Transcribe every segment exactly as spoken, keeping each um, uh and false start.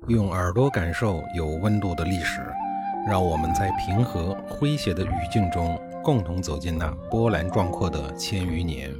用耳朵感受有温度的历史，让我们在平和诙谐的语境中共同走进那波澜壮阔的千余年。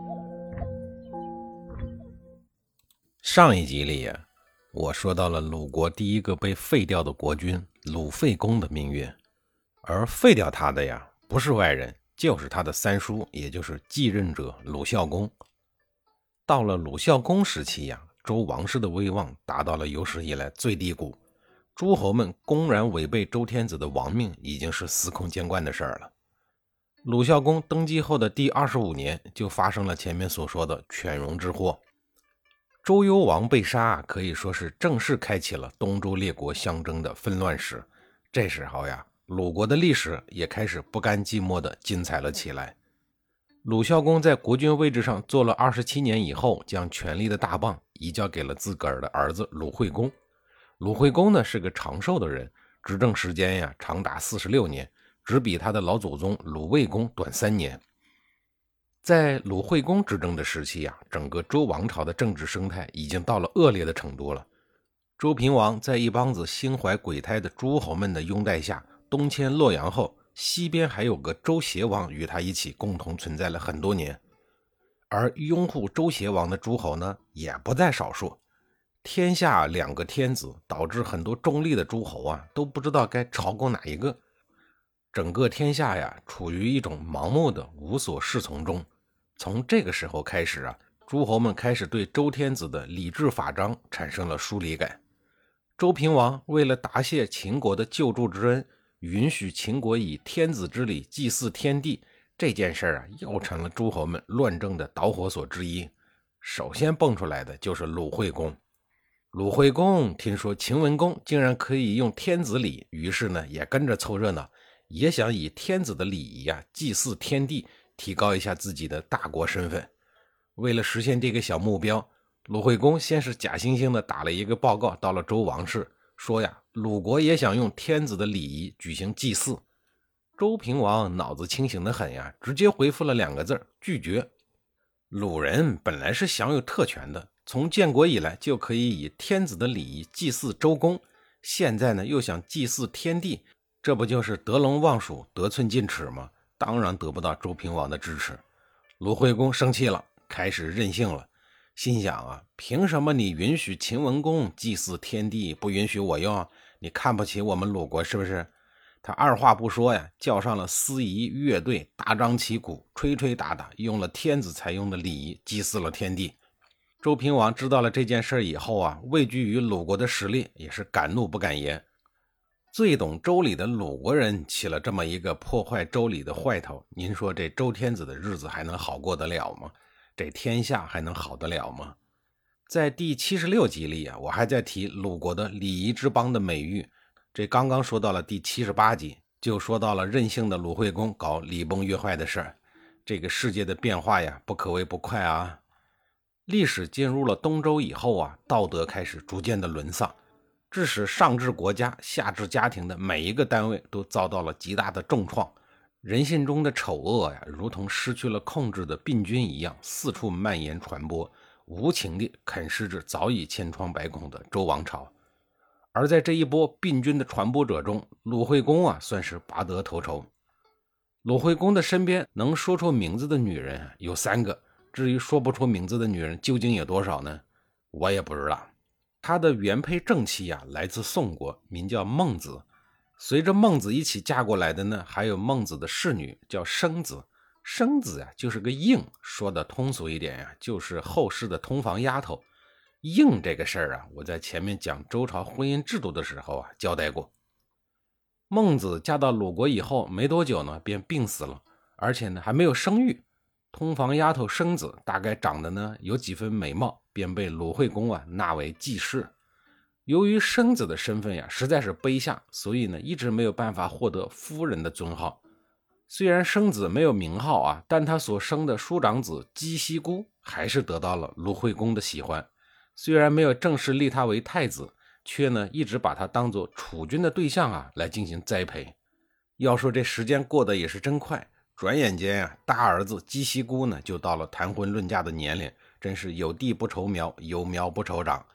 上一集里呀，我说到了鲁国第一个被废掉的国君鲁废公的命运，而废掉他的呀，不是外人，就是他的三叔，也就是继任者鲁孝公。到了鲁孝公时期呀，周王室的威望达到了有史以来最低谷，诸侯们公然违背周天子的王命，已经是司空见惯的事儿了。鲁孝公登基后的第二十五年，就发生了前面所说的犬戎之祸。周幽王被杀，可以说是正式开启了东周列国相争的纷乱史。这时候呀，鲁国的历史也开始不甘寂寞的精彩了起来。鲁孝公在国君位置上坐了二十七年以后，将权力的大棒移交给了自个儿的儿子鲁惠公。鲁惠公呢是个长寿的人，执政时间呀长达四十六年，只比他的老祖宗鲁卫公短三年。在鲁惠公执政的时期呀，整个周王朝的政治生态已经到了恶劣的程度了。周平王在一帮子心怀鬼胎的诸侯们的拥戴下东迁洛阳后，西边还有个周协王与他一起共同存在了很多年，而拥护周协王的诸侯呢也不在少数。天下两个天子，导致很多中立的诸侯啊都不知道该朝贡哪一个，整个天下呀处于一种盲目的无所适从中。从这个时候开始啊，诸侯们开始对周天子的礼制法章产生了疏离感。周平王为了答谢秦国的救助之恩，允许秦国以天子之礼祭祀天地，这件事啊又成了诸侯们乱政的导火索之一。首先蹦出来的就是鲁惠公。鲁惠公听说秦文公竟然可以用天子礼，于是呢也跟着凑热闹，也想以天子的礼仪啊祭祀天地，提高一下自己的大国身份。为了实现这个小目标，鲁惠公先是假惺惺的打了一个报告到了周王室，说呀，鲁国也想用天子的礼仪举行祭祀。周平王脑子清醒的很呀，直接回复了两个字：拒绝。鲁人本来是享有特权的，从建国以来就可以以天子的礼仪祭祀周公，现在呢又想祭祀天地，这不就是得陇望蜀，得寸进尺吗？当然得不到周平王的支持。鲁惠公生气了，开始任性了，心想啊，凭什么你允许秦文公祭祀天地，不允许我用？你看不起我们鲁国是不是？他二话不说呀，叫上了司仪乐队，大张旗鼓，吹吹打打，用了天子才用的礼仪祭祀了天地。周平王知道了这件事以后啊，畏惧于鲁国的实力，也是敢怒不敢言。最懂周礼的鲁国人起了这么一个破坏周礼的坏头，您说这周天子的日子还能好过得了吗？这天下还能好得了吗？在第七十六集里啊，我还在提鲁国的礼仪之邦的美誉，这刚刚说到了第七十八集，就说到了任性的鲁惠公搞礼崩乐坏的事儿。这个世界的变化呀，不可谓不快啊。历史进入了东周以后啊，道德开始逐渐的沦丧，致使上至国家下至家庭的每一个单位都遭到了极大的重创。人性中的丑恶呀，如同失去了控制的病菌一样，四处蔓延传播，无情地啃食着早已千疮百孔的周王朝。而在这一波病菌的传播者中，鲁惠公啊算是拔得头筹。鲁惠公的身边能说出名字的女人有三个，至于说不出名字的女人究竟有多少呢？我也不知道。他的原配正妻啊，来自宋国，名叫孟子。随着孟子一起嫁过来的呢，还有孟子的侍女叫生子。生子呀、啊，就是个应，说的通俗一点呀、啊，就是后世的通房丫头。应这个事儿啊，我在前面讲周朝婚姻制度的时候啊交代过。孟子嫁到鲁国以后没多久呢，便病死了，而且呢还没有生育。通房丫头生子大概长得呢有几分美貌，便被鲁惠公啊纳为继室。由于生子的身份呀实在是卑下，所以呢一直没有办法获得夫人的尊号。虽然生子没有名号啊，但他所生的叔长子姬西姑还是得到了鲁惠公的喜欢。虽然没有正式立他为太子，却呢一直把他当作储君的对象啊来进行栽培。要说这时间过得也是真快，转眼间啊，大儿子姬西姑呢就到了谈婚论嫁的年龄，真是有地不愁苗，有苗不愁长。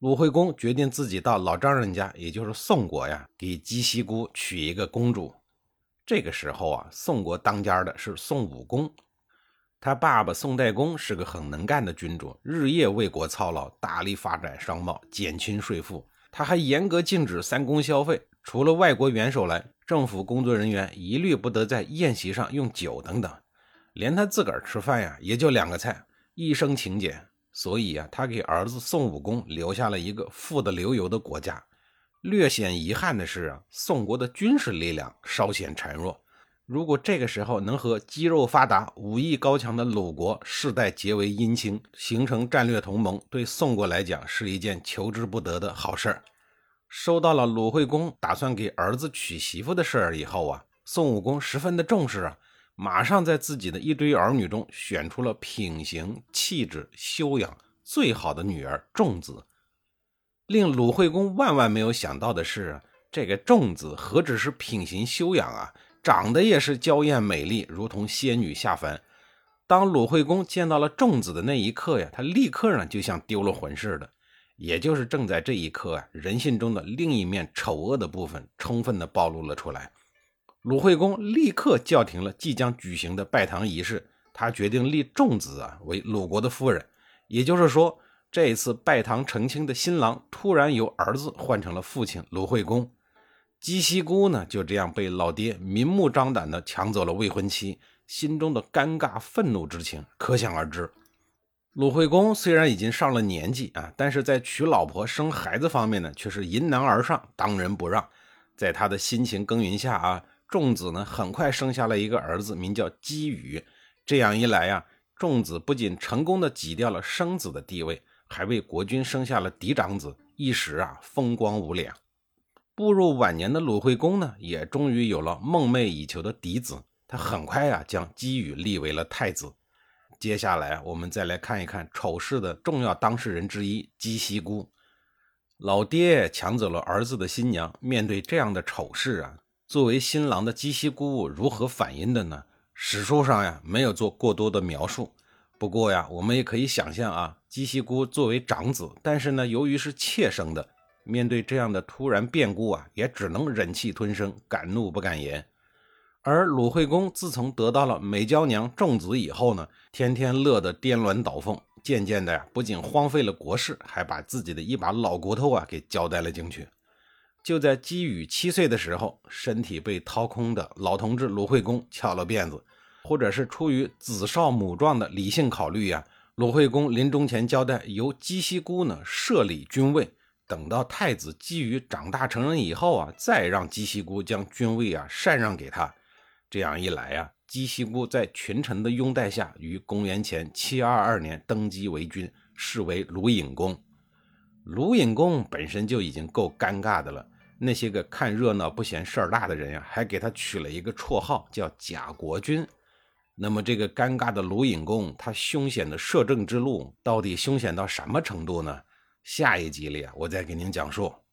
鲁惠公决定自己到老丈人家，也就是宋国呀，给姬西姑娶一个公主。这个时候啊，宋国当家的是宋武公，他爸爸宋代公是个很能干的君主，日夜为国操劳，大力发展商贸，减轻税赋。他还严格禁止三公消费，除了外国元首来，政府工作人员一律不得在宴席上用酒等等。连他自个儿吃饭呀，也就两个菜，一生勤俭。所以啊，他给儿子宋武公留下了一个富得流油的国家。略显遗憾的是啊，宋国的军事力量稍显孱弱。如果这个时候能和肌肉发达、武艺高强的鲁国世代结为姻亲，形成战略同盟，对宋国来讲是一件求之不得的好事儿。收到了鲁惠公打算给儿子娶媳妇的事儿以后啊，宋武公十分的重视啊，马上在自己的一堆儿女中选出了品行、气质、修养最好的女儿仲子。令鲁惠公万万没有想到的是，这个仲子何止是品行修养啊，长得也是娇艳美丽，如同仙女下凡。当鲁惠公见到了仲子的那一刻呀，他立刻呢就像丢了魂似的。也就是正在这一刻啊，人性中的另一面丑恶的部分充分的暴露了出来。鲁惠公立刻叫停了即将举行的拜堂仪式，他决定立仲子啊为鲁国的夫人。也就是说，这一次拜堂成亲的新郎突然由儿子换成了父亲鲁惠公。姬西姑呢就这样被老爹明目张胆的抢走了未婚妻，心中的尴尬愤怒之情可想而知。鲁惠公虽然已经上了年纪啊，但是在娶老婆生孩子方面呢却是迎难而上，当仁不让。在他的辛勤耕耘下啊，仲子呢很快生下了一个儿子，名叫姬羽。这样一来啊，仲子不仅成功的挤掉了生子的地位，还为国君生下了嫡长子，一时啊风光无两。步入晚年的鲁惠公呢，也终于有了梦寐以求的嫡子，他很快啊将姬羽立为了太子。接下来我们再来看一看丑事的重要当事人之一姬西姑。老爹抢走了儿子的新娘，面对这样的丑事啊，作为新郎的姬西姑如何反应的呢？史书上呀没有做过多的描述。不过呀，我们也可以想象啊，姬西姑作为长子，但是呢由于是妾生的，面对这样的突然变故啊，也只能忍气吞声，敢怒不敢言。而鲁惠公自从得到了美娇娘仲子以后呢，天天乐得颠鸾倒凤，渐渐的呀，不仅荒废了国事，还把自己的一把老骨头啊给交代了进去。就在姬羽七岁的时候，身体被掏空的老同志鲁惠公翘了辫子，或者是出于子少母壮的理性考虑呀，鲁惠公临终前交代由姬西姑呢设立君位，等到太子姬羽长大成人以后啊，再让姬西姑将君位啊禅让给他。这样一来啊，姬西姑在群臣的拥戴下，于公元前七二二年登基为君，是为鲁隐公。鲁隐公本身就已经够尴尬的了，那些个看热闹不嫌事儿大的人呀，还给他取了一个绰号叫假国君。那么这个尴尬的鲁隐公，他凶险的摄政之路到底凶险到什么程度呢？下一集里啊，我再给您讲述。